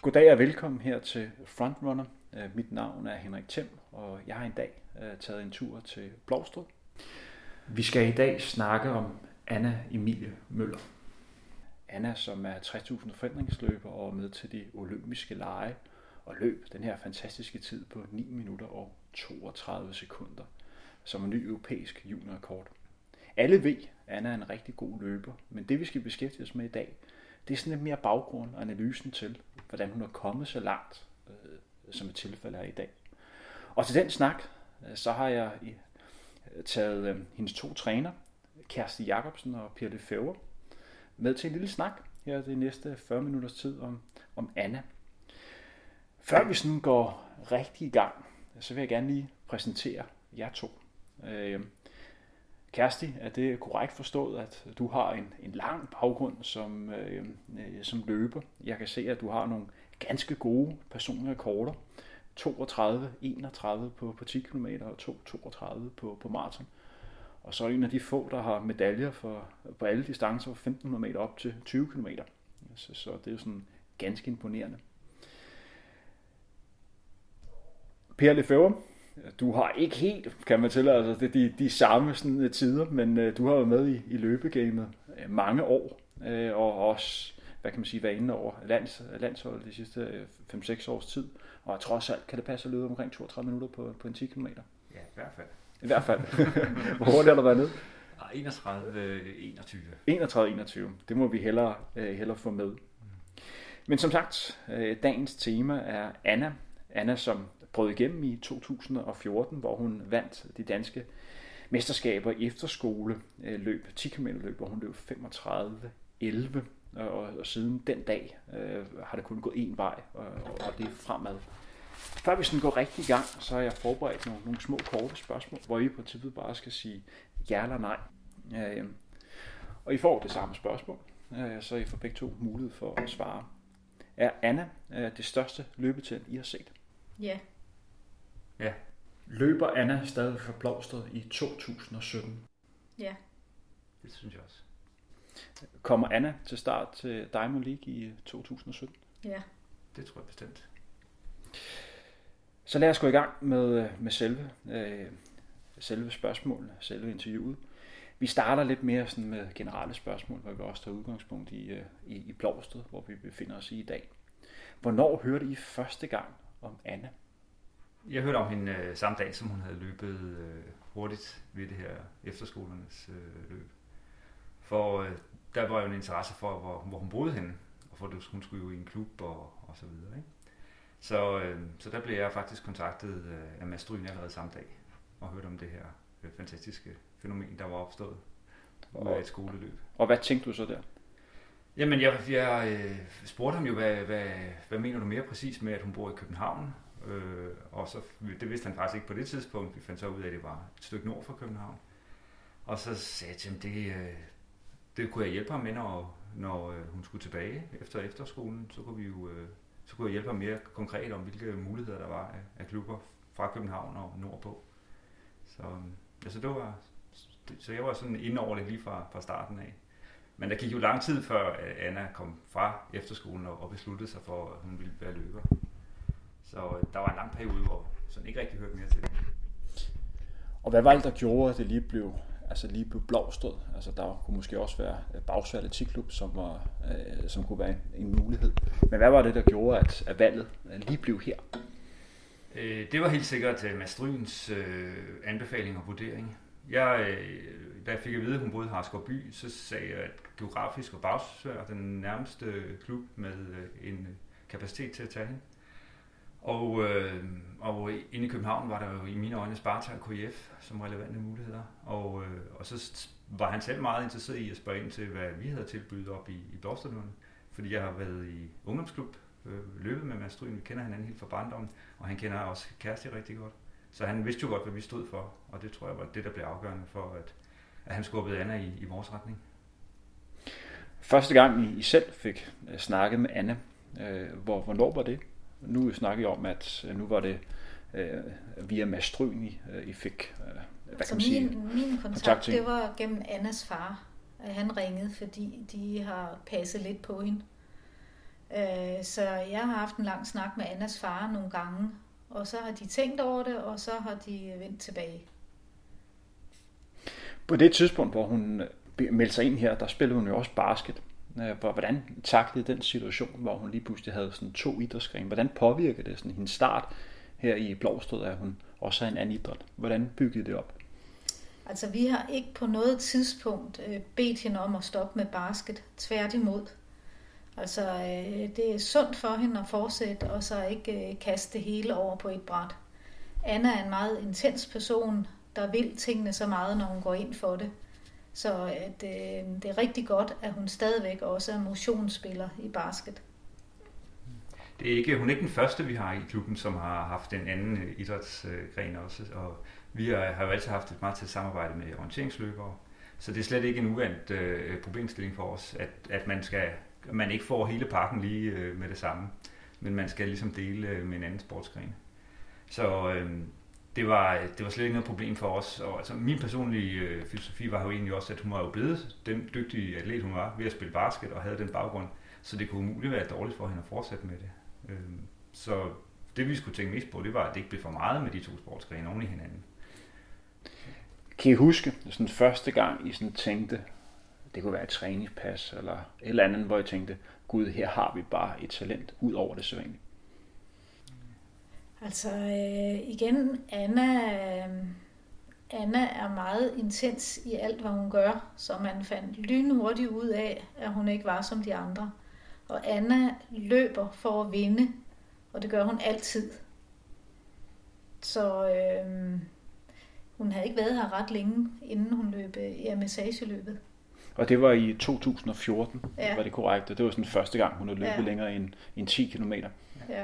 Goddag og velkommen her til Frontrunner. Mit navn er Henrik Thiem, og jeg har i dag taget en tur til Blovstrød. Vi skal i dag snakke om Anna Emilie Møller. Anna, som er 60.000 forhindringsløber og med til de olympiske lege og løb den her fantastiske tid på 9 minutter og 32 sekunder, som en ny europæisk juniorrekord. Alle ved, at Anna er en rigtig god løber, men det vi skal beskæftige os med i dag, det er sådan lidt mere baggrund og analysen til, hvordan hun er kommet så langt, som et tilfælde er i dag. Og til den snak, så har jeg taget hendes 2 træner, Kersti Jacobsen og Per Lefebvre, med til en lille snak her de næste 40 minutters tid om Anna. Før vi sådan går rigtig i gang, så vil jeg gerne lige præsentere jer 2. Kersti, er det korrekt forstået, at du har en lang baggrund som løber? Jeg kan se, at du har nogle ganske gode personlige rekorder. 32-31 på 10 km og 2-32 på maraton. Og så er en af de få, der har medaljer på alle distancer fra 1500 meter op til 20 km. Så det er jo sådan ganske imponerende. Per Lefebvre, du har ikke helt, kan man tillade, altså det er de samme sådan, tider, men du har været med i løbegamet mange år, og også, hvad kan man sige, været inde over landsholdet de sidste 5-6 års tid, og trods alt kan det passe at løbe omkring 32 minutter på en 10 km. Ja, i hvert fald. I hvert fald. Hvor hurtigt har du været nede? 31-21. Det må vi hellere få med. Men som sagt, dagens tema er Anna. Anna, som brød igennem i 2014, hvor hun vandt de danske mesterskaber i efterskoleløb, 10 km løb, hvor hun løb 35-11. Og siden den dag har det kun gået én vej, og det er fremad. Før vi sådan går rigtig i gang, så har jeg forberedt nogle små korte spørgsmål, hvor I på tilbud bare skal sige ja eller nej. Og I får det samme spørgsmål, så I får begge 2 mulighed for at svare. Er Anna det største løbetalent, I har set? Ja. Ja. Løber Anna stadig for Blovstrød i 2017? Ja. Det synes jeg også. Kommer Anna til start til Diamond League i 2017? Ja. Det tror jeg bestemt. Så lad os gå i gang med selve spørgsmålene, selve interviewet. Vi starter lidt mere sådan med generelle spørgsmål, hvor vi også tager udgangspunkt i Blovstrød, hvor vi befinder os i dag. Hvornår hørte I første gang om Anna? Jeg hørte om hende samme dag, som hun havde løbet hurtigt ved det her efterskolernes løb. For der var jo en interesse for, hvor hun boede henne, og for hun skulle jo i en klub og så videre. Ikke? Så der blev jeg faktisk kontaktet af Mads Stryn allerede samme dag, og hørte om det her fantastiske fænomen, der var opstået med et skoleløb. Og hvad tænkte du så der? Jamen, jeg spurgte ham jo, hvad mener du mere præcis med, at hun bor i København? Og så, det vidste han faktisk ikke på det tidspunkt. Vi fandt så ud af, at det var et stykke nord for København. Og så sagde jeg til ham, det kunne jeg hjælpe ham med, når hun skulle tilbage efter efterskolen. Så kunne jeg hjælpe ham mere konkret om, hvilke muligheder der var af klubber fra København og nordpå. Så jeg var sådan inde over det lige fra starten af. Men der gik jo lang tid før Anna kom fra efterskolen og besluttede sig for, at hun ville være løber. Så der var en lang periode, hvor sådan ikke rigtig hørte mere til det. Og hvad var det, der gjorde, at det lige blev Blovstrød? Altså der kunne måske også være Bagsværd Atletikklub, som kunne være en mulighed. Men hvad var det, der gjorde, at valget lige blev her? Det var helt sikkert Mads Stryns anbefaling og vurdering. Da jeg fik at vide, at hun boede i Harsgaard by, så sagde jeg, at geografisk var Bagsværd den nærmeste klub med en kapacitet til at tage hende. Og inde i København var der jo i mine øjne Sparta og KIF som relevante muligheder. Og så var han selv meget interesseret i at spørge ind til, hvad vi havde tilbudt op i Blovstrødlund. Fordi jeg har været i ungdomsklub, løbet med Mads Stryn, vi kender hinanden helt fra barndommen, og han kender også Kersti rigtig godt. Så han vidste jo godt, hvad vi stod for, og det tror jeg var det, der blev afgørende for, at han skubbede Anna i vores retning. Første gang I selv fik snakket med Anna, hvornår var det? Nu snakker jeg om, at nu var det via Mads Stryn, I fik, hvad kan man sige? Min kontakt, det var gennem Annas far. Han ringede, fordi de har passet lidt på hende. Så jeg har haft en lang snak med Annas far nogle gange, og så har de tænkt over det, og så har de vendt tilbage. På det tidspunkt, hvor hun meldte sig ind her, der spillede hun jo også basket. Hvordan taklede den situation, hvor hun lige pludselig havde sådan 2 idrætsgrene? Hvordan påvirkede det sådan hendes start her i Blovstrød, at hun også havde en anden idræt? Hvordan byggede det op? Altså, vi har ikke på noget tidspunkt bedt hende om at stoppe med basket. Tværtimod. Altså, det er sundt for hende at fortsætte, og så ikke kaste det hele over på et bræt. Anna er en meget intens person, der vil tingene så meget, når hun går ind for det. Så det er rigtig godt, at hun stadigvæk også er motionsspiller i basket. Hun er ikke den første, vi har i klubben, som har haft en anden idrætsgren også. Og vi har jo altid haft et meget tæt samarbejde med orienteringsløbere. Så det er slet ikke en uvandt problemstilling for os, at man ikke får hele pakken lige med det samme. Men man skal ligesom dele med en anden sportsgren. Så det var slet ikke noget problem for os. Og altså, min personlige filosofi var jo egentlig også, at hun var jo blevet den dygtige atlet, hun var ved at spille basket og havde den baggrund. Så det kunne umuligt være dårligt for hende at fortsætte med det. Så det vi skulle tænke mest på, det var, at det ikke blev for meget med de 2 sportsgrene oven i hinanden. Kan I huske sådan første gang, I sådan tænkte, det kunne være et træningspas eller et eller andet, hvor I tænkte, gud, her har vi bare et talent ud over det sædvanlige? Altså igen, Anna er meget intens i alt, hvad hun gør, så man fandt lynhurtigt ud af, at hun ikke var som de andre. Og Anna løber for at vinde, og det gør hun altid. Så hun havde ikke været her ret længe, inden hun løb i massageløbet. Og det var i 2014, ja. Var det korrekt? Det var sådan første gang, hun havde løbet længere end 10 kilometer. Ja.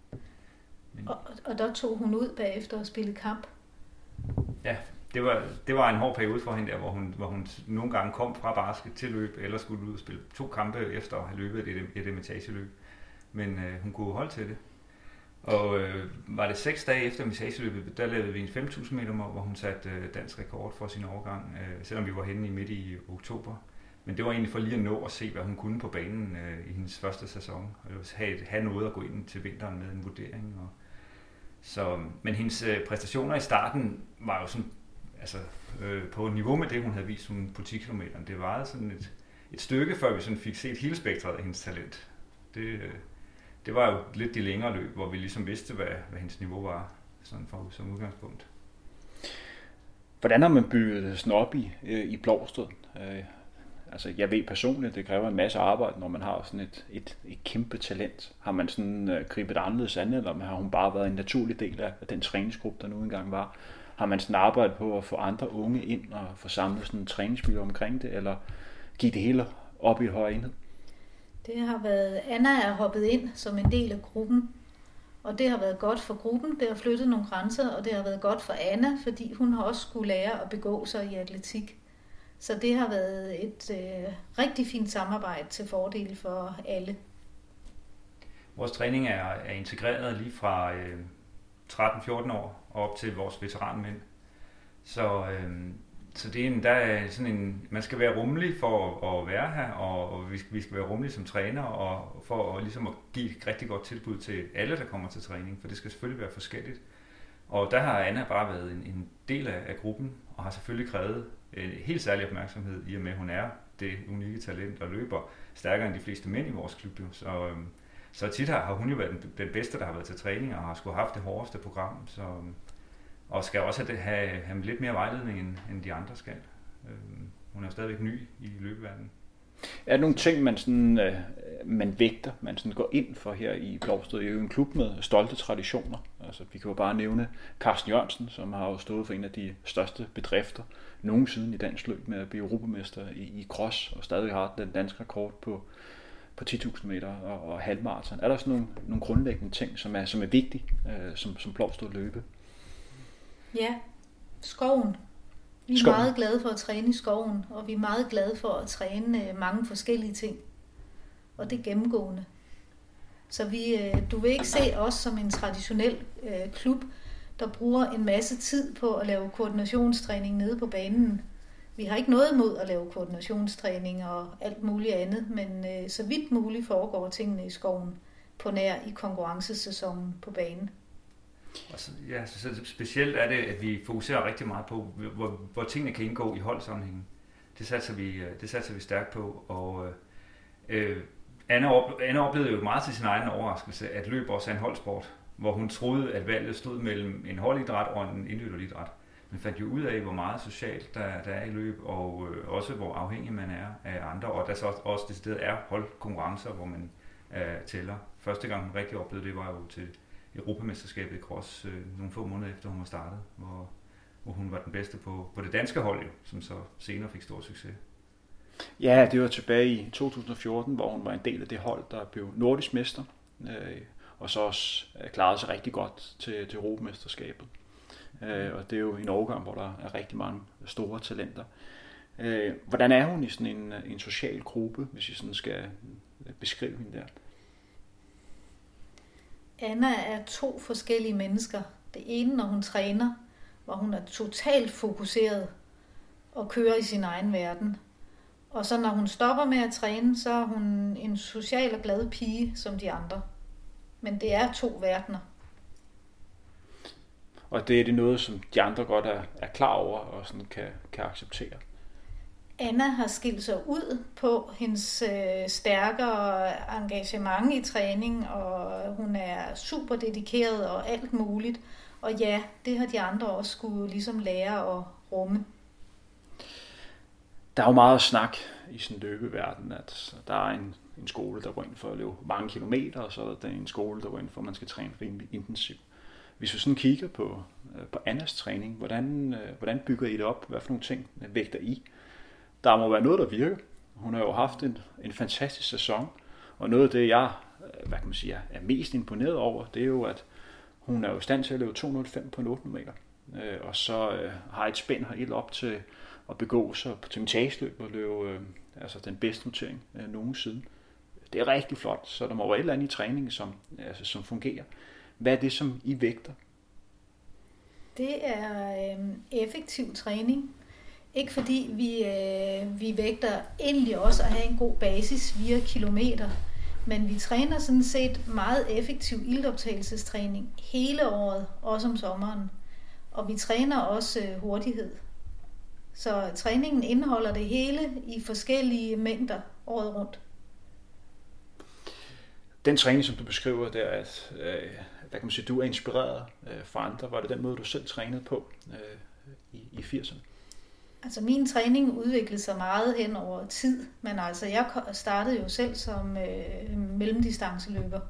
Og der tog hun ud bagefter og spillede kamp. Ja, det var en hård periode for hende der, hvor hun nogle gange kom fra basket til løb, eller skulle ud og spille 2 kampe efter at have løbet et etageløb. Men hun kunne holde til det. Og var det 6 dage efter etageløbet, der lavede vi en 5.000 meter, hvor hun satte dansk rekord for sin overgang, selvom vi var henne midt i oktober. Men det var egentlig for lige at nå at se, hvad hun kunne på banen i hendes første sæson. Og have noget at gå ind til vinteren med en vurdering. Men hendes præstationer i starten var jo sådan, altså, på niveau med det, hun havde vist på 10 km. Det var sådan et stykke, før vi sådan fik set hele spektret af hendes talent. Det var jo lidt de længere løb, hvor vi ligesom vidste, hvad hendes niveau var sådan som udgangspunkt. Hvordan har man bygget det sådan op i Blovstrød? Altså, jeg ved personligt, det kræver en masse arbejde, når man har sådan et kæmpe talent. Har man sådan gribet anderledes an, eller har hun bare været en naturlig del af den træningsgruppe, der nu engang var? Har man sådan arbejdet på at få andre unge ind og få samlet sådan en træningsmiljø omkring det, eller gik det hele op i et højere enhed? Det har været, Anna er hoppet ind som en del af gruppen, og det har været godt for gruppen, det har flyttet nogle grænser, og det har været godt for Anna, fordi hun har også skulle lære at begå sig i atletik. Så det har været et rigtig fint samarbejde til fordel for alle. Vores træning er integreret lige fra 13-14 år og op til vores veteranmænd. Så det er man skal være rummelig for at være her, og vi skal være rummelige som træner, og for ligesom at give et rigtig godt tilbud til alle, der kommer til træning, for det skal selvfølgelig være forskelligt. Og der har Anna bare været en del af gruppen, og har selvfølgelig krævet en helt særlig opmærksomhed, i og med, at hun er det unikke talent, og løber stærkere end de fleste mænd i vores klub. Så tit har hun jo været den bedste, der har været til træning, og har skulle have haft det hårdeste program, og skal også have lidt mere vejledning, end de andre skal. Hun er jo stadigvæk ny i løbeverdenen. Er der nogle ting, man vægter, man sådan går ind for her i Blovstrød? Det er jo en klub med stolte traditioner. Altså, vi kan jo bare nævne Carsten Jørgensen, som har jo stået for en af de største bedrifter nogensinde i dansk løb med at blive europamester i cross, og stadig har den danske rekord på 10.000 meter og halvmaraton. Er der sådan nogle grundlæggende ting, som er vigtige som Blovstrød løbe? Ja, skoven. Vi er meget glade for at træne i skoven, og vi er meget glade for at træne mange forskellige ting. Og det er gennemgående. Så du vil ikke se os som en traditionel klub, der bruger en masse tid på at lave koordinationstræning nede på banen. Vi har ikke noget imod at lave koordinationstræning og alt muligt andet, men så vidt muligt foregår tingene i skoven på nær i konkurrencesæsonen på banen. Og så specielt er det, at vi fokuserer rigtig meget på, hvor tingene kan indgå i holdsammenhængen. Det satser vi stærkt på, og Anna oplevede jo meget til sin egen overraskelse, at løb også er en holdsport, hvor hun troede, at valget stod mellem en holdidræt og en individuel idræt. Man fandt jo ud af, hvor meget socialt der er i løb, og også hvor afhængig man er af andre, og der så også det sted er holdkonkurrencer, hvor man tæller. Første gang hun rigtig oplevede det, var jo til Europamesterskabet i cross nogle få måneder efter hun var startet, hvor hun var den bedste på det danske hold, jo, som så senere fik stor succes. Ja, det var tilbage i 2014, hvor hun var en del af det hold, der blev nordisk mester, og så også klarede sig rigtig godt til Europamesterskabet. Og det er jo en årgang, hvor der er rigtig mange store talenter. Hvordan er hun i sådan en social gruppe, hvis I sådan skal beskrive hende der? Anna er 2 forskellige mennesker. Det ene, når hun træner, hvor hun er totalt fokuseret og kører i sin egen verden. Og så når hun stopper med at træne, så er hun en social og glad pige som de andre. Men det er 2 verdener. Og det er noget, som de andre godt er klar over og sådan kan acceptere. Anna har skilt sig ud på hendes stærkere engagement i træning, og hun er super dedikeret og alt muligt. Og ja, det har de andre også skulle ligesom lære at rumme. Der er jo meget snak i sådan en løbeverden, at der er en skole, der går ind for at løbe mange kilometer, og så er der en skole, der går ind for, at man skal træne rimelig intensivt. Hvis vi sådan kigger på Annas træning, hvordan bygger I det op? Hvad for nogle ting vægter I? Der må være noget, der virker. Hun har jo haft en fantastisk sæson, og noget af det, jeg er mest imponeret over, det er jo, at hun er jo i stand til at løbe 205 på en 800 meter, og så har et spænd helt op til at begå sig til metageløb og løbe den bedste notering nogensinde. Det er rigtig flot, så der må være et eller andet i træningen, som fungerer. Hvad er det, som I vægter? Det er effektiv træning. Ikke fordi vi vægter egentlig også at have en god basis via kilometer, men vi træner sådan set meget effektiv iltoptagelsestræning hele året, også om sommeren. Og vi træner også hurtighed. Så træningen indeholder det hele i forskellige mængder året rundt. Den træning, som du beskriver, der at du er inspireret fra andre, var det den måde, du selv trænede på i 80'erne? Altså min træning udviklede sig meget hen over tid, men altså jeg startede jo selv som mellemdistanceløber.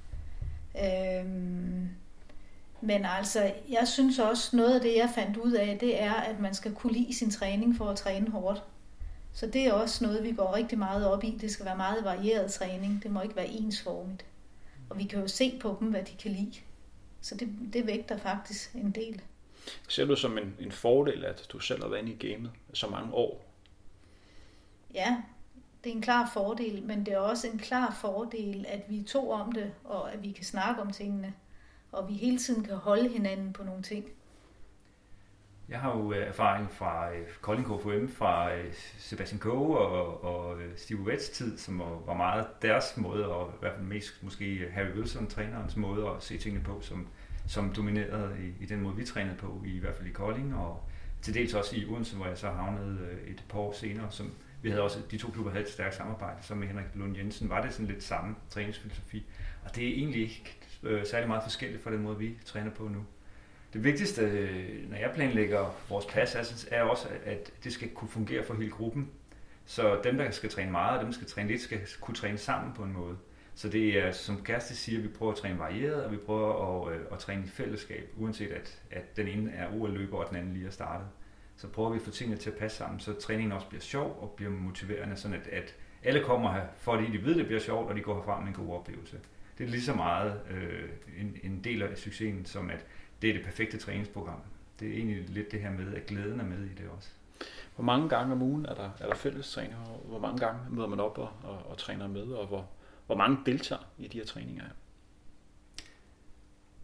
Men altså jeg synes også, noget af det jeg fandt ud af, det er, at man skal kunne lide sin træning for at træne hårdt. Så det er også noget, vi går rigtig meget op i. Det skal være meget varieret træning. Det må ikke være ensformigt. Og vi kan jo se på dem, hvad de kan lide. Så det vægter faktisk en del. Ser du som en fordel, at du selv har været inde i gamet så mange år? Ja, det er en klar fordel, men det er også en klar fordel, at vi er 2 om det, og at vi kan snakke om tingene, og vi hele tiden kan holde hinanden på nogle ting. Jeg har jo erfaring fra Kolding KFUM, fra Sebastian Coe og Steve Wets tid, som var meget deres måde, og i hvert fald mest måske Harry Wilson, trænerens måde at se tingene på, som dominerede i den måde, vi trænede på, i hvert fald i Kolding, og til dels også i Odense, hvor jeg så havnede et par år senere. Som vi havde også, de 2 klubber havde et stærkt samarbejde, så med Henrik Lund Jensen var det sådan lidt samme træningsfilosofi. Og det er egentlig ikke særlig meget forskelligt fra den måde, vi træner på nu. Det vigtigste, når jeg planlægger vores pas, er også, at det skal kunne fungere for hele gruppen. Så dem, der skal træne meget, og dem, der skal træne lidt, skal kunne træne sammen på en måde. Så det er, som Kæreste siger, vi prøver at træne varieret, og vi prøver at træne i fællesskab, uanset at den ene er OL-løber, og den anden lige er startet. Så prøver vi at få tingene til at passe sammen, så træningen også bliver sjov og bliver motiverende, sådan at alle kommer her, fordi de ved, at det bliver sjovt, og de går herfra med en god oplevelse. Det er lige så meget en del af succesen, som at det er det perfekte træningsprogram. Det er egentlig lidt det her med, at glæden er med i det også. Hvor mange gange om ugen er der fælles træning, og hvor mange gange møder man op og træner med, og hvor mange deltager i de her træninger?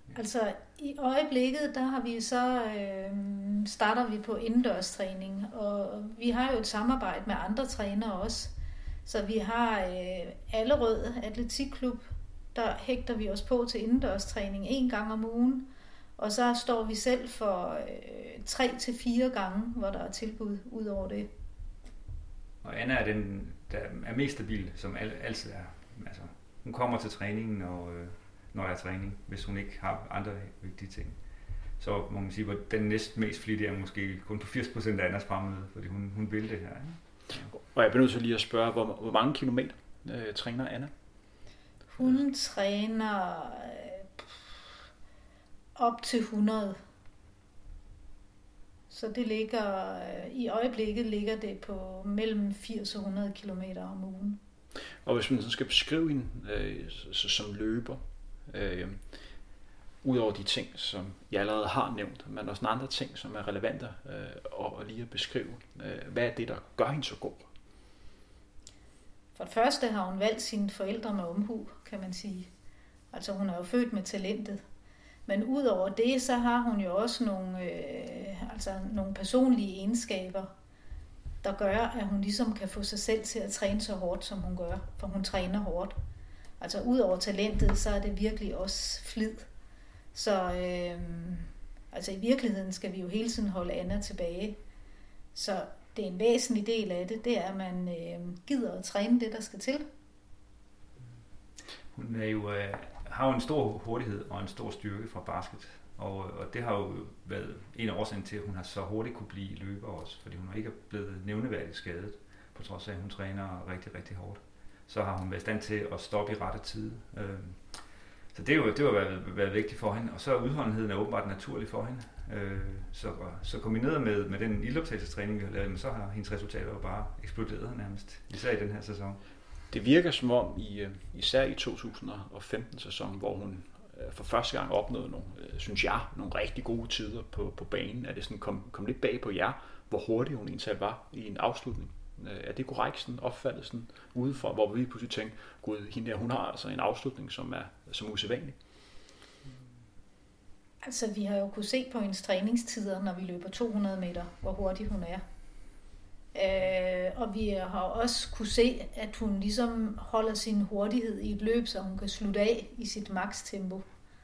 Altså i øjeblikket, der har vi så starter vi på indendørstræning, og vi har jo et samarbejde med andre trænere også. Så vi har Allerød Atletikklub, der hægter vi os på til indendørstræning 1 gang om ugen. Og så står vi selv for 3-4 gange, hvor der er tilbud ud over det. Og Anna er den, der er mest stabil, som altid er. Altså, hun kommer til træningen, når der er træning, hvis hun ikke har andre vigtige ting. Så må man sige, at den næsten mest flittige er måske kun på 80% af Annas fremmøde, fordi hun vil det her. Ikke? Og jeg bliver nødt til lige at spørge, hvor mange kilometer træner Anna? Hun træner op til 100. Så det ligger, i øjeblikket ligger det på mellem 80 og 100 kilometer om ugen. Og hvis man skal beskrive hende som løber, udover de ting, som jeg allerede har nævnt, men også andre ting, som er relevante og lige at beskrive, hvad er det, der gør hende så god? For det første har hun valgt sine forældre med omhu, kan man sige. Altså hun er jo født med talentet. Men udover det, så har hun jo også nogle personlige egenskaber, der gør, at hun ligesom kan få sig selv til at træne så hårdt, som hun gør, for hun træner hårdt. Altså udover talentet, så er det virkelig også flid. Så altså i virkeligheden skal vi jo hele tiden holde Anna tilbage. Så det er en væsentlig del af det, det er, at man gider at træne det, der skal til. Hun er jo, har jo en stor hurtighed og en stor styrke fra basket. Og det har jo været en af årsagen til, at hun har så hurtigt kunne blive løber også, fordi hun ikke er blevet nævneværdigt skadet, på trods af, at hun træner rigtig, rigtig hårdt. Så har hun været i stand til at stoppe i rette tid. Så det har været vigtigt for hende. Og så er udholdenheden åbenbart naturlig for hende. Så kombineret med den ildoptagelsestræning, vi har lavet, så har hendes resultater jo bare eksploderet nærmest, især i den her sæson. Det virker som om, især i 2015-sæsonen, hvor hun for første gang opnåede nogle rigtig gode tider på banen, at det sådan kom lidt bag på jer, hvor hurtig hun egentlig var i en afslutning. Er det korrekt sådan opfattet sådan udefra, hvor vi pludselig tænkte, gud, hende der, hun har altså en afslutning, som er usædvanlig? Altså, vi har jo kunne se på hendes træningstider, når vi løber 200 meter, hvor hurtig hun er. Og vi har også kunne se, at hun ligesom holder sin hurtighed i et løb, så hun kan slutte af i sit makstempo.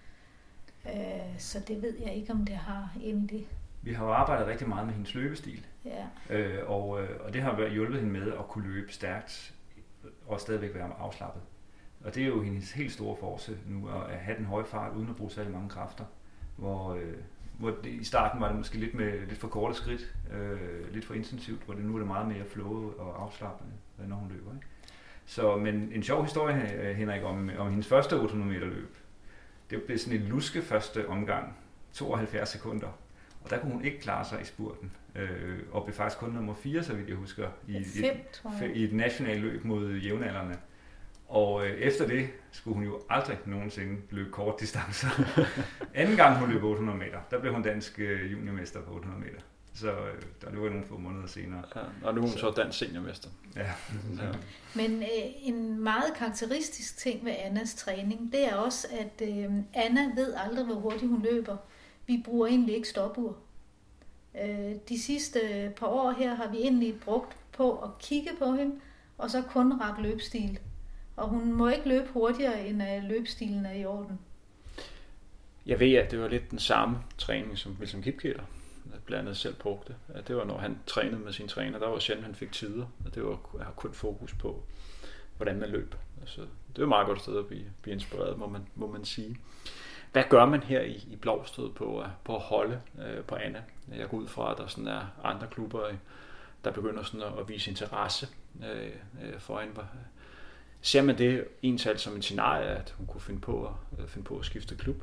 Så det ved jeg ikke, om det har ind i det. Vi har jo arbejdet rigtig meget med hendes løbestil, ja. Og det har hjulpet hende med at kunne løbe stærkt og stadigvæk være afslappet. Og det er jo hendes helt store force nu, at have den høje fart uden at bruge særlig mange kræfter. Hvor det, i starten var det måske lidt for korte skridt, lidt for intensivt, hvor det nu er det meget mere flowet og afslappende, når hun løber. Ikke? Så, men en sjov historie, Henrik, om hendes første 800 meter løb. Det blev sådan en luske første omgang, 72 sekunder. Og der kunne hun ikke klare sig i spurten, og blev faktisk kun nummer 4, så vidt jeg husker, i et nationalt løb mod jævnaldrende. Og efter det skulle hun jo aldrig nogensinde løbe kort distancer. Anden gang hun løb 800 meter, der blev hun dansk juniormester på 800 meter. Så det var nogle få måneder senere. Ja, og nu er hun så dansk seniormester. Ja. Ja. Men en meget karakteristisk ting ved Annas træning, det er også, at Anna ved aldrig, hvor hurtigt hun løber. Vi bruger egentlig ikke stopur. De sidste par år her har vi egentlig brugt på at kigge på hende, og så kun ret løbstil. Og hun må ikke løbe hurtigere, end at løbstilen er i orden. Jeg ved, at det var lidt den samme træning, som Wilson Kipketer blandt andet selv brugte. Det var, når han trænede med sin træner, der var sjældent, han fik tider. Og det var at have kun fokus på, hvordan man løb. Altså, det var et meget godt sted at blive inspireret, må man sige. Hvad gør man her i Blovstrød på at holde på Anna? Jeg går ud fra, at der sådan er andre klubber, der begynder sådan at vise interesse for hende. Ser man det egentlig som en scenarie, at hun kunne finde på at skifte klub?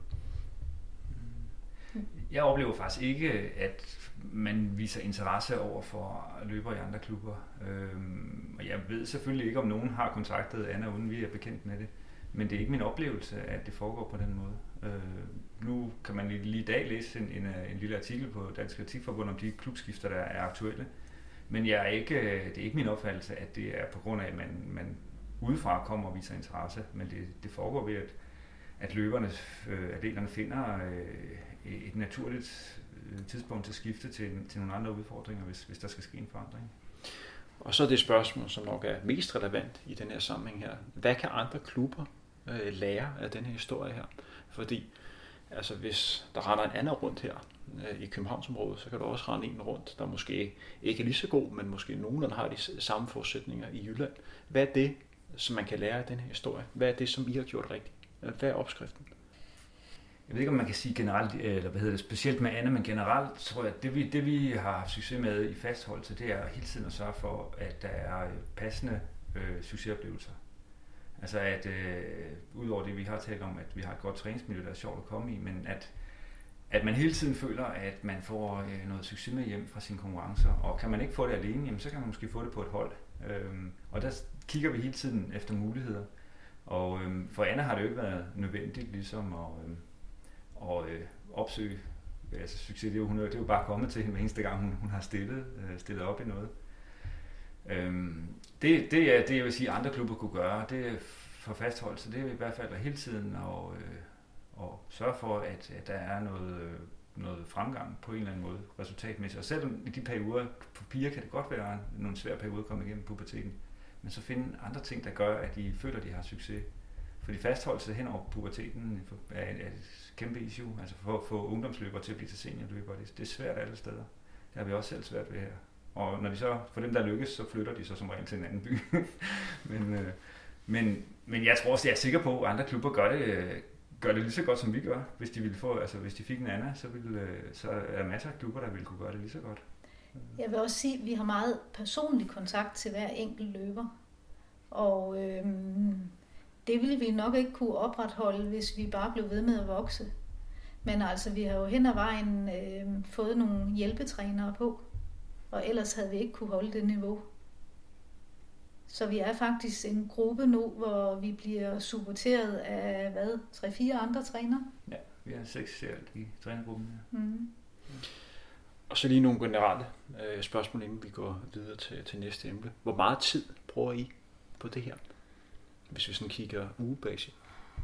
Jeg oplever faktisk ikke, at man viser interesse over for løbere i andre klubber. Og jeg ved selvfølgelig ikke, om nogen har kontaktet Anna, uden vi er bekendt med det. Men det er ikke min oplevelse, at det foregår på den måde. Nu kan man lige i dag læse en lille artikel på Dansk Atletikforbund om de klubskifter, der er aktuelle. Men det er ikke min opfattelse, at det er på grund af, at man udefra kommer og viser interesse. Men det foregår ved, atleterne finder et naturligt tidspunkt til at skifte til nogle andre udfordringer, hvis der skal ske en forandring. Og så er det spørgsmål, som nok er mest relevant i den her sammenhæng her. Hvad kan andre klubber lære af den her historie her? Fordi altså, hvis der render en anden rundt her i Københavnsområdet, så kan der også rende en rundt, der måske ikke er lige så god, men måske nogenlunde har de samme forudsætninger i Jylland. Hvad er det, som man kan lære af den her historie? Hvad er det, som I har gjort rigtigt? Hvad er opskriften? Jeg ved ikke, om man kan sige generelt, eller specielt med Anne, men generelt tror jeg, at det vi har haft succes med i fastholdelse, det er hele tiden at sørge for, at der er passende succesoplevelser. Altså at udover det, vi har talt om, at vi har et godt træningsmiljø, der er sjovt at komme i, men at man hele tiden føler, at man får noget succes med hjem fra sine konkurrencer, og kan man ikke få det alene, jamen, så kan man måske få det på et hold. Og der kigger vi hele tiden efter muligheder. Og for Anna har det jo ikke været nødvendigt ligesom at opsøge succes. Det er jo bare kommet til hende hver eneste gang, hun har stillet op i noget. Det jeg vil sige, andre klubber kunne gøre, det er for fastholdelse. Det er i hvert fald hele tiden at sørge for, at der er noget fremgang på en eller anden måde, resultatmæssigt. Og selvom i de perioder, på piger kan det godt være nogle svære perioder at komme igennem puberteten, men så finde andre ting, der gør, at de føler, at de har succes. Fordi fastholdelse hen over puberteten er et kæmpe issue. Altså for at få ungdomsløbere til at blive til seniorløbere, det er svært alle steder. Det har vi også selv svært ved her. Og når de så, for dem der lykkes, så flytter de så som regel til en anden by. men jeg tror også, jeg er sikker på, at andre klubber gør det lige så godt, som vi gør. Hvis de fik en Anna, så er der masser af klubber, der ville kunne gøre det lige så godt. Jeg vil også sige, at vi har meget personlig kontakt til hver enkelt løber. Og det ville vi nok ikke kunne opretholde, hvis vi bare blev ved med at vokse. Men altså, vi har jo hen ad vejen fået nogle hjælpetrænere på, og ellers havde vi ikke kunne holde det niveau. Så vi er faktisk en gruppe nu, hvor vi bliver supporteret af 3-4 andre trænere? Ja, vi er 6 i trænergruppen. Ja. Mm. Og så lige nogle generelle spørgsmål, inden vi går videre til næste emne. Hvor meget tid bruger I på det her, hvis vi sådan kigger ugebasis?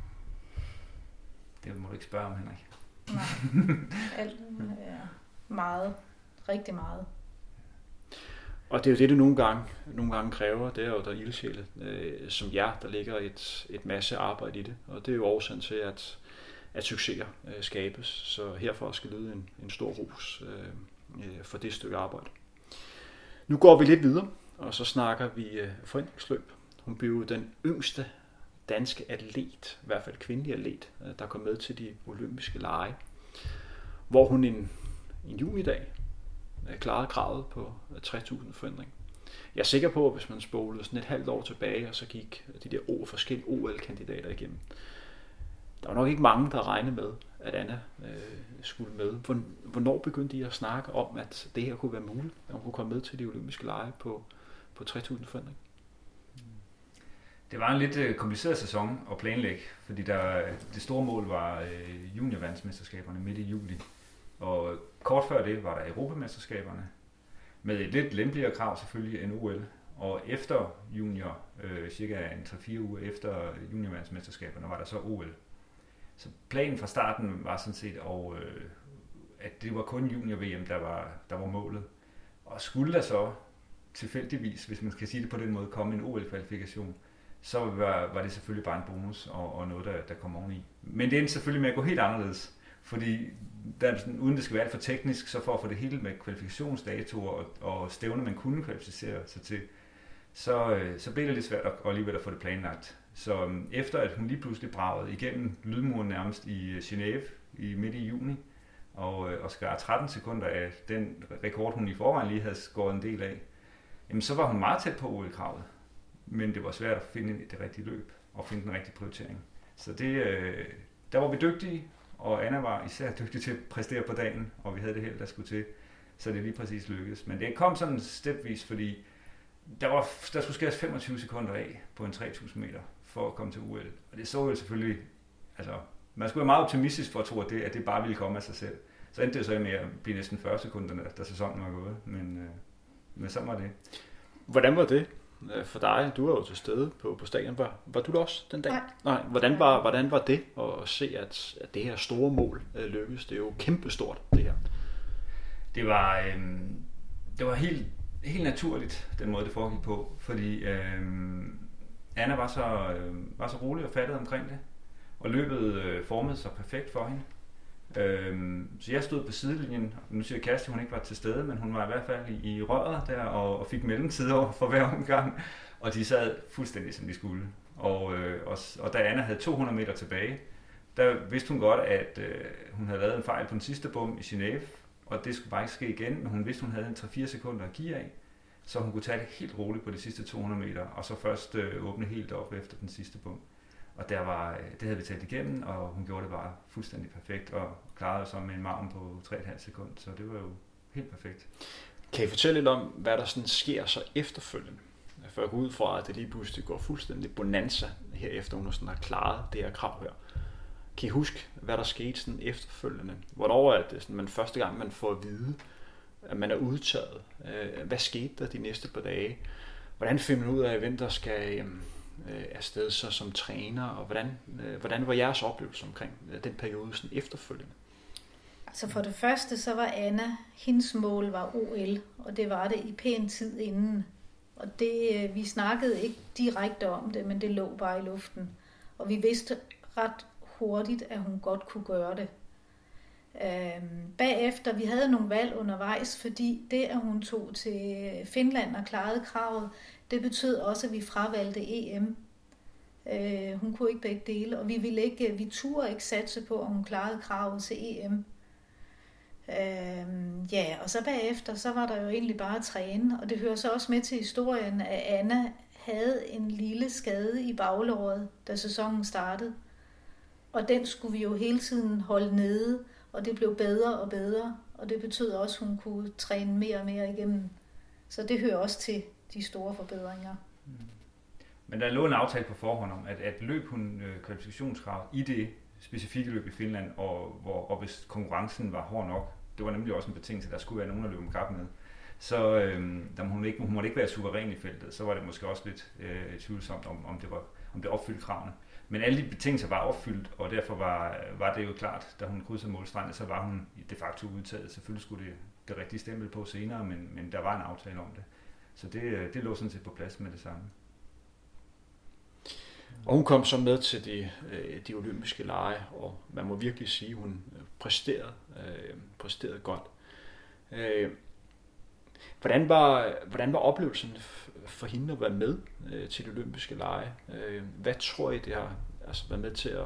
Det må du ikke spørge om, Henrik. Nej, alt er meget, rigtig meget. Og det er jo det nogle gange kræver, det er jo der ildsjæle som jer, der ligger et masse arbejde i det. Og det er jo årsagen til, at succeser skabes. Så herfra skal lyde en stor ros for det stykke arbejde. Nu går vi lidt videre, og så snakker vi forhindringsløb. Hun blev den yngste danske atlet, i hvert fald kvindelig atlet, der kom med til de olympiske lege, hvor hun en junidag klarede kravet på 3.000 forhindring. Jeg er sikker på, at hvis man spolede sådan et halvt år tilbage, og så gik de der forskellige OL-kandidater igennem, der var nok ikke mange, der regnede med, at Anna skulle med. Hvornår begyndte I at snakke om, at det her kunne være muligt, at hun kunne komme med til de olympiske lege på 3.000 forhindring? Det var en lidt kompliceret sæson at planlægge, fordi det store mål var juniorverdensmesterskaberne midt i juli. Og kort før det var der Europamesterskaberne, med et lidt lempeligere krav selvfølgelig end OL. Og efter junior, cirka 3-4 uger efter juniorverdensmesterskaberne, var der så OL. Så planen fra starten var sådan set, at det var kun junior-VM, der var målet. Og skulle der så tilfældigvis, hvis man skal sige det på den måde, komme en OL-kvalifikation, så var det selvfølgelig bare en bonus og noget, der kom oveni. Men det endte selvfølgelig med at gå helt anderledes. Fordi uden det skal være for teknisk, så for at få det hele med kvalifikationsdatoer og stævner, man kunne kvalificere sig til, så blev det lidt svært at alligevel at få det planlagt. Så efter at hun lige pludselig bragede igennem lydmuren nærmest i Genève midt i juni, og skar 13 sekunder af den rekord, hun i forvejen lige havde skåret en del af, jamen så var hun meget tæt på OL-kravet. Men det var svært at finde det rigtige løb og finde den rigtige prioritering. Så der var vi dygtige, og Anna var især dygtig til at præstere på dagen, og vi havde det held, der skulle til, så det lige præcis lykkedes. Men det kom sådan stepvis, fordi der skulle skæres 25 sekunder af på en 3.000 meter for at komme til OL. Og det så jo selvfølgelig, altså man skulle være meget optimistisk for at tro, at det bare ville komme af sig selv. Så endte det så med at blive næsten 40 sekunder, da sæsonen var gået, men sådan var det. Hvordan var det? for dig. Du var jo til stede på stadion. Var du der også den dag? Nej. Hvordan var det at se, at det her store mål lykkedes? Det er jo kæmpestort, det her. Det var helt naturligt, den måde det foregik på, fordi Anna var så rolig og fattet omkring det, og løbet formede sig perfekt for hende. Så jeg stod på sidelinjen, nu siger Kæreste, hun ikke var til stede, men hun var i hvert fald i røret der og fik mellemtid over for hver omgang, og de sad fuldstændig som de skulle. Og da Anna havde 200 meter tilbage, der vidste hun godt, at hun havde lavet en fejl på den sidste bom i Genève, og det skulle bare ikke ske igen, men hun vidste, hun havde en 3-4 sekunder at give af, så hun kunne tage det helt roligt på de sidste 200 meter, og så først åbne helt op efter den sidste bom. Og det havde vi talt igennem, og hun gjorde det bare fuldstændig perfekt, og klarede sig med en margen på 3,5 sekunder, så det var jo helt perfekt. Kan I fortælle lidt om, hvad der sådan sker så efterfølgende? For jeg går ud fra, at det lige pludselig går fuldstændig bonanza herefter, hun sådan har klaret det her krav her. Kan I huske, hvad der skete sådan efterfølgende? Hvornår er det sådan, man første gang, man får at vide, at man er udtaget? Hvad skete der de næste par dage? Hvordan finder man ud af, hvem der skal afsted så som træner? Og hvordan var jeres oplevelse omkring den periode sådan efterfølgende? Altså for det første, så var Anna, hendes mål var OL, og det var det i pæn tid inden. Og det, vi snakkede ikke direkte om det, men det lå bare i luften. Og vi vidste ret hurtigt, at hun godt kunne gøre det. Bagefter, vi havde nogle valg undervejs, fordi det, at hun tog til Finland og klarede kravet, det betød også, at vi fravalgte EM. Hun kunne ikke begge dele, og vi turde ikke satse på, at hun klarede kravet til EM. Og så bagefter, så var der jo egentlig bare at træne, og det hører så også med til historien, at Anna havde en lille skade i baglåret, da sæsonen startede. Og den skulle vi jo hele tiden holde nede, og det blev bedre og bedre, og det betød også, at hun kunne træne mere og mere igennem. Så det hører også til de store forbedringer. Men der lå en aftale på forhånd om, at løb hun kvalifikationskrav i det specifikke løb i Finland, og hvis konkurrencen var hård nok, det var nemlig også en betingelse, der skulle være nogen at løbe om kap med, så hun måtte ikke være suveræn i feltet, så var det måske også lidt tvivlsomt, om det opfyldte kravene. Men alle de betingelser var opfyldt, og derfor var det jo klart, da hun krydsede målstregen, så var hun de facto udtaget. Selvfølgelig skulle det rigtige stempel på senere, men der var en aftale om det. Så det lå sådan set på plads med det samme. Og hun kom så med til de olympiske lege, og man må virkelig sige, at hun præsterede godt. Hvordan var oplevelsen for hende at være med til de olympiske lege? Hvad tror I, det har været med til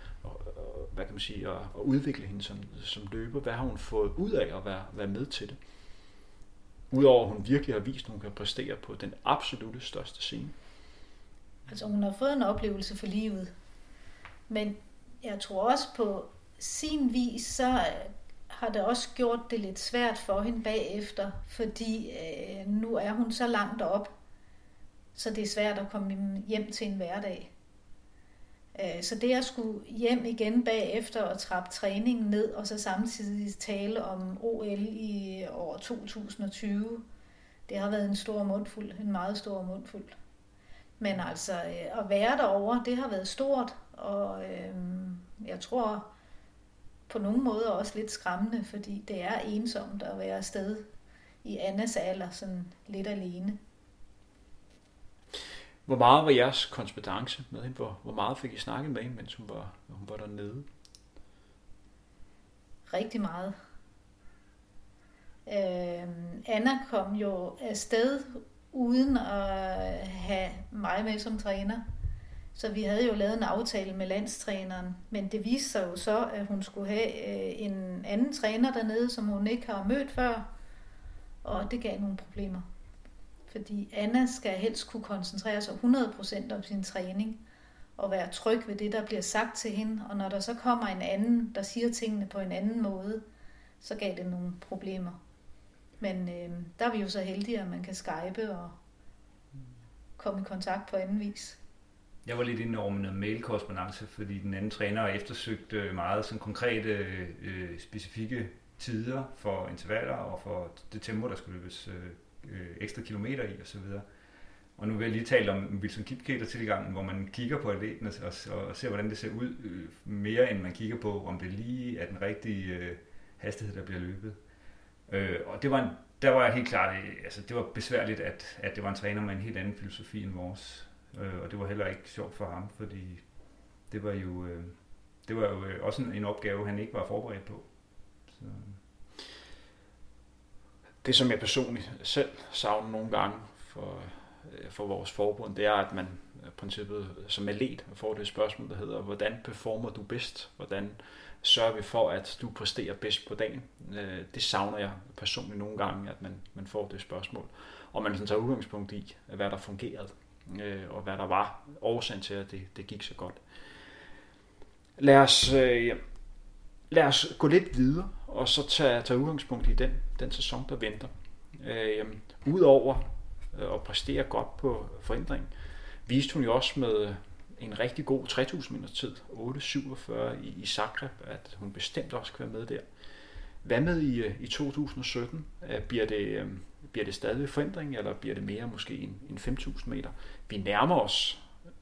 at udvikle hende som løber? Hvad har hun fået ud af at være med til det? Udover at hun virkelig har vist, at hun kan præstere på den absolutte største scene. Altså hun har fået en oplevelse for livet. Men jeg tror også på sin vis, så har det også gjort det lidt svært for hende bagefter, fordi nu er hun så langt op, så det er svært at komme hjem til en hverdag. Så det at skulle hjem igen bagefter og trappe træningen ned, og så samtidig tale om OL i år 2020, det har været en meget stor mundfuld. Men altså, at være derovre, det har været stort, og jeg tror på nogle måder også lidt skræmmende, fordi det er ensomt at være afsted i Annas alder, sådan lidt alene. Hvor meget var jeres korrespondance med hende? Hvor meget fik I snakket med hende, mens hun var dernede? Rigtig meget. Anna kom jo afsted uden at have mig med som træner. Så vi havde jo lavet en aftale med landstræneren, men det viste sig jo så, at hun skulle have en anden træner dernede, som hun ikke har mødt før, og det gav nogle problemer. Fordi Anna skal helst kunne koncentrere sig 100% om sin træning, og være tryg ved det, der bliver sagt til hende, og når der så kommer en anden, der siger tingene på en anden måde, så gav det nogle problemer. Men der er vi jo så heldige, at man kan skype og komme i kontakt på anden vis. Jeg var lidt inde over med noget mailkorrespondance, fordi den anden træner eftersøgte meget sådan konkrete, specifikke tider for intervaller og for det tempo, der skulle løbes ekstra kilometer i osv. Og nu vil jeg lige tale om Wilson Kipketer-tilgangen, hvor man kigger på atleten og ser, hvordan det ser ud, mere end man kigger på, om det lige er den rigtige hastighed, der bliver løbet. Og der var helt klart, altså det var besværligt, at det var en træner med en helt anden filosofi end vores. Og det var heller ikke sjovt for ham, fordi det var jo også en opgave, han ikke var forberedt på. Så. Det, som jeg personligt selv savner nogle gange for vores forbund, det er, at man i princippet som atlet får det spørgsmål, der hedder, hvordan performer du bedst? Hvordan sørger vi for, at du præsterer bedst på dagen? Det savner jeg personligt nogle gange, at man får det spørgsmål. Og man sådan tager udgangspunkt i, hvad der fungerede, og hvad der var årsagen til, at det gik så godt. Lad os gå lidt videre, og så tage udgangspunkt i den sæson, der venter. Udover at præstere godt på forhindring, viste hun jo også med en rigtig god 3000 meters tid, 8.47 i Zagreb, at hun bestemt også kan være med der. Hvad med i 2017? Bliver det stadig forhindring, eller bliver det mere måske en 5.000 meter? Vi nærmer os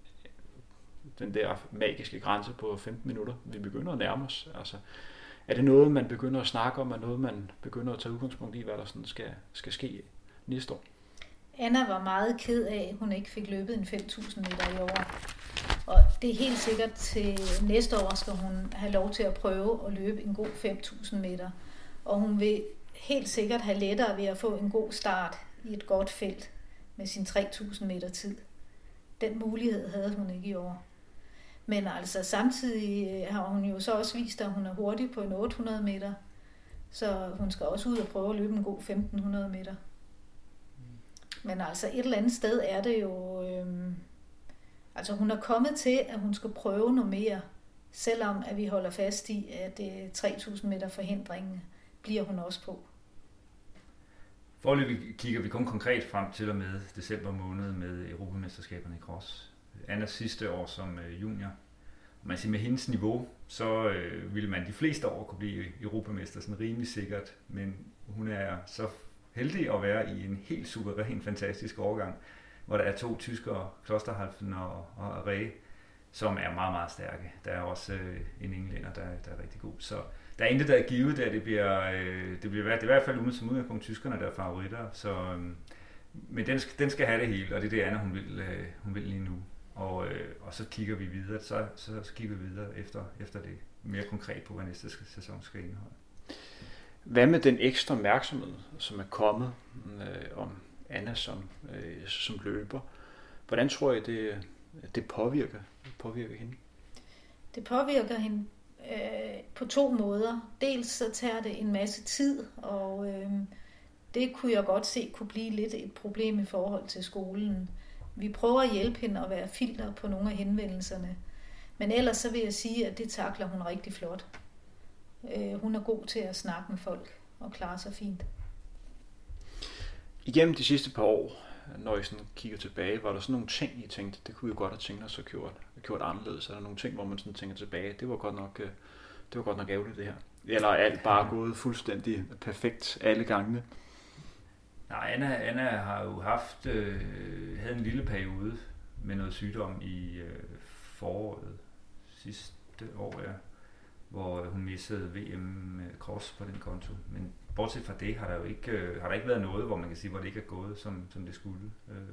den der magiske grænse på 15 minutter. Vi begynder at nærme os. Altså, er det noget, man begynder at snakke om, er noget, man begynder at tage udgangspunkt i, hvad der sådan skal ske næste år? Anna var meget ked af, at hun ikke fik løbet en 5.000 meter i år. Og det er helt sikkert til næste år skal hun have lov til at prøve at løbe en god 5.000 meter. Og hun vil helt sikkert have lettere ved at få en god start i et godt felt med sin 3.000 meter tid. Den mulighed havde hun ikke i år. Men altså samtidig har hun jo så også vist, at hun er hurtig på en 800 meter. Så hun skal også ud og prøve at løbe en god 1.500 meter. Men altså et eller andet sted er det jo... altså hun er kommet til, at hun skal prøve noget mere. Selvom at vi holder fast i, at 3.000 meter forhindringen bliver hun også på. Foreløbig kigger vi kun konkret frem til og med december måned med Europamesterskaberne i cross. Annas sidste år som junior. Man siger, med hendes niveau, så ville man de fleste år kunne blive europamester, sådan rimelig sikkert. Men hun er så heldig at være i en helt suveræn, fantastisk årgang, hvor der er 2 tyskere, Klosterhalfen og Ræ, som er meget, meget stærke. Der er også en englænder, der er rigtig god. Så der er intet, der er givet der. Det bliver i hvert fald uden som udgangspunkt tyskerne, der er favoritter. Så, men den skal have det hele, og det er det, Anna hun vil lige nu. Og så kigger vi videre. Så kigger vi videre efter det mere konkret på, hvad næste sæson skal indeholde. Hvad med den ekstra opmærksomhed, som er kommet om Anna som løber? Hvordan tror jeg, det påvirker hende? Det påvirker hende på 2 måder. Dels så tager det en masse tid, og det kunne jeg godt se kunne blive lidt et problem i forhold til skolen. Vi prøver at hjælpe hende at være filter på nogle af henvendelserne. Men ellers så vil jeg sige, at det takler hun rigtig flot. Hun er god til at snakke med folk og klare sig fint. Igennem de sidste par år, når I sådan kigger tilbage, var der sådan nogle ting, I tænkte, det kunne I godt have tænkt os at gjort anderledes? Er der nogle ting, hvor man sådan tænker tilbage, det var godt nok ærgerligt det her? Eller er alt bare gået fuldstændig perfekt alle gangene? Nej, Anna har jo havde en lille periode med noget sygdom i foråret sidste år, ja, hvor hun missede VM cross på den konto. Men bortset fra det har der ikke været noget, hvor man kan sige, hvor det ikke er gået, som det skulle.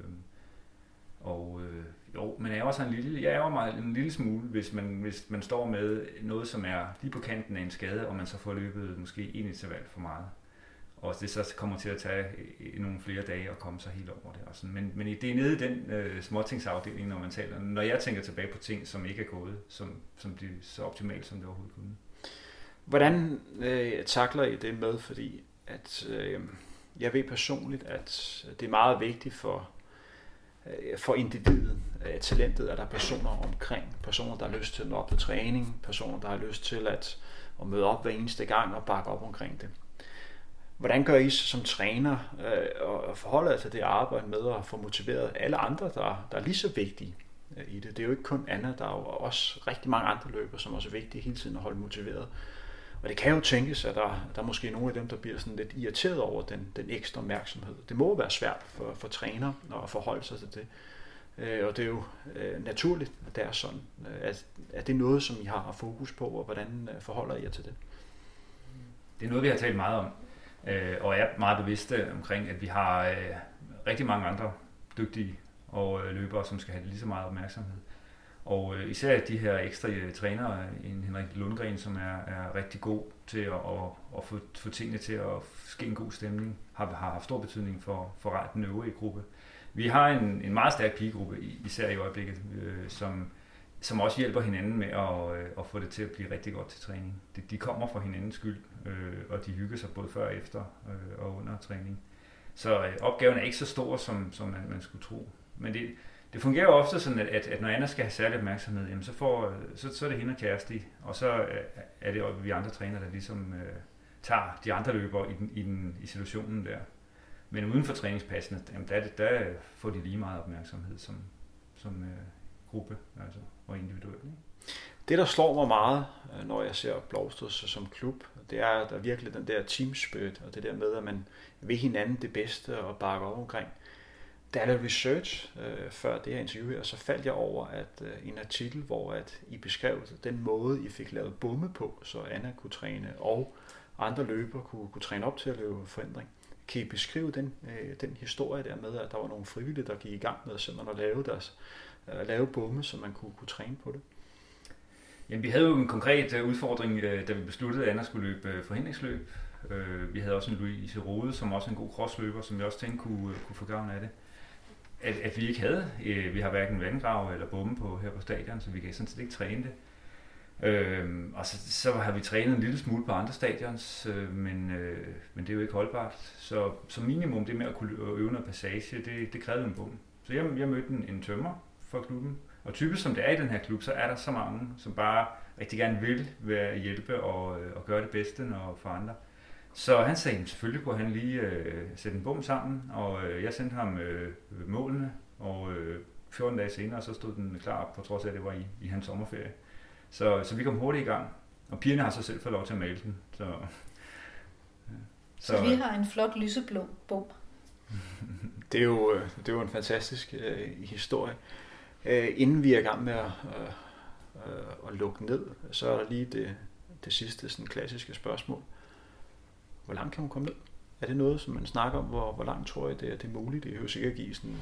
Men jeg er også en lille smule, hvis man står med noget, som er lige på kanten af en skade, og man så får løbet måske en interval for meget. Og det så kommer til at tage nogle flere dage at komme sig helt over det. Og sådan. Men det er nede i den småtingsafdeling, når jeg tænker tilbage på ting, som ikke er gået, som de så optimalt, som det overhovedet kunne. Hvordan takler I det med? Fordi at, jeg ved personligt, at det er meget vigtigt for individet, talentet, at der er personer omkring. Personer, der har lyst til at nå op på træning. Personer, der har lyst til at møde op hver eneste gang og bakke op omkring det. Hvordan gør I som træner og forholder jer til det arbejde med at få motiveret alle andre, der er lige så vigtige i det? Det er jo ikke kun Anna, der er jo også rigtig mange andre løbere, som også er vigtige hele tiden at holde motiveret. Og det kan jo tænkes, at der er måske nogle af dem, der bliver sådan lidt irriteret over den ekstra opmærksomhed. Det må være svært for træner at forholde sig til det. Og det er jo naturligt, at det er sådan. Er det noget, som I har fokus på, og hvordan forholder I jer til det? Det er noget, vi har talt meget om, og er meget bevidste omkring, at vi har rigtig mange andre dygtige og løbere, som skal have lige så meget opmærksomhed. Og især de her ekstra trænere, en Henrik Lundgren, som er rigtig god til at få tingene til at ske en god stemning, har haft stor betydning for den øvrige gruppe. Vi har en meget stærk pigegruppe, især i øjeblikket, som også hjælper hinanden med at få det til at blive rigtig godt til træning. De kommer for hinandens skyld, og de hygger sig både før og efter og under træning. Så opgaven er ikke så stor, som man skulle tro. Men det fungerer jo ofte sådan, at når Anna skal have særlig opmærksomhed, jamen så er det hende og Kæresti, og så er det vi andre trænere, der ligesom tager de andre løbere i situationen der. Men uden for træningspassene, jamen der får de lige meget opmærksomhed som gruppe altså, og individuelt. Det, der slår mig meget, når jeg ser Blovstrød som klub, det er, at der er virkelig den der team spirit, og det der med, at man vil hinanden det bedste og bakker op omkring. Da jeg lavede research før det her interview her, så faldt jeg over en artikel, hvor at I beskrev den måde, I fik lavet bomme på, så Anna kunne træne, og andre løbere kunne træne op til at lave forandring. Kan I beskrive den historie der med, at der var nogle frivillige, der gik i gang med simpelthen at lave bomme, så man kunne træne på det? Jamen, vi havde jo en konkret udfordring, da vi besluttede, at Anna skulle løbe forhindringsløb. Vi havde også en Louise Rode, som også er en god crossløber, som vi også tænkte kunne få gavn af det. At vi ikke havde. Vi har hverken vandgrav eller bomme på her på stadion, så vi kan sådan set ikke træne det. Og så har vi trænet en lille smule på andre stadions, men det er jo ikke holdbart. Så som minimum det med at kunne øve noget passage, det krævede en bom. Så jeg mødte en tømrer for klubben. Og typisk som det er i den her klub, så er der så mange, som bare rigtig gerne vil hjælpe og gøre det bedste for andre. Så han sagde, selvfølgelig kunne han lige sætte en bom sammen, og jeg sendte ham målene, og 14 dage senere, så stod den klar, på trods af, at det var i hans sommerferie. Så vi kom hurtigt i gang, og pigerne har så selv fået lov til at male den. Så vi har en flot lyseblå bom. Det er jo en fantastisk historie. Inden vi er i gang med at lukke ned, så er der lige det sidste sådan klassiske spørgsmål. Hvor langt kan hun komme ned? Er det noget, som man snakker om? Hvor langt tror jeg, det er muligt? Det er jo sikkert at give sådan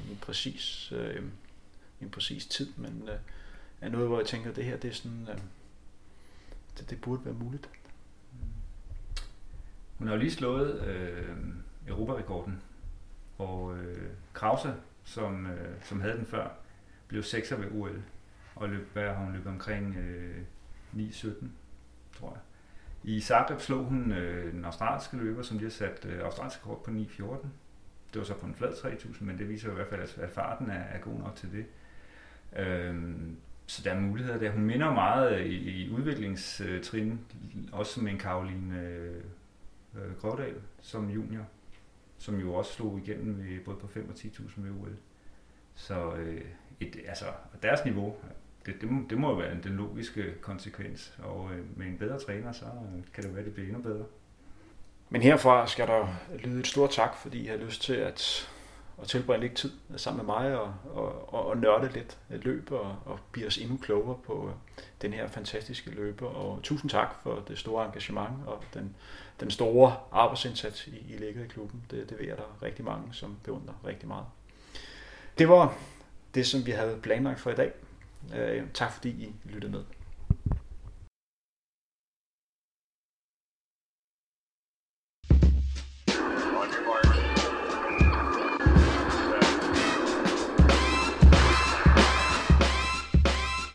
en præcis tid, men er noget, hvor jeg tænker, at det her det er sådan, det burde være muligt. Hun har jo lige slået Europarekorden, og Krause, som havde den før, blev 6'er ved OL, og hun løbet omkring 9-17, tror jeg. I Zagreb slog hun den australske løber, som de har sat australsk rekord på 9.14. Det var så på en flad 3.000, men det viser i hvert fald, at farten er god nok til det. Så der er muligheder der. Hun minder meget i udviklingstrin, også som en Caroline Grådal som junior, som jo også slog igennem både på 5 og 10.000 ved OL. Så deres niveau, det må jo være den logiske konsekvens, og med en bedre træner, så kan det være, at det bliver endnu bedre. Men herfra skal der lyde et stort tak, fordi I har lyst til at tilbringe lidt tid sammen med mig og nørde lidt løb og blive os endnu klogere på den her fantastiske løber. Og tusind tak for det store engagement og den store arbejdsindsats, I lægger i klubben. Det ved jeg, der er rigtig mange, som beundrer rigtig meget. Det var det, som vi havde planlagt for i dag. Tak fordi I lyttede med.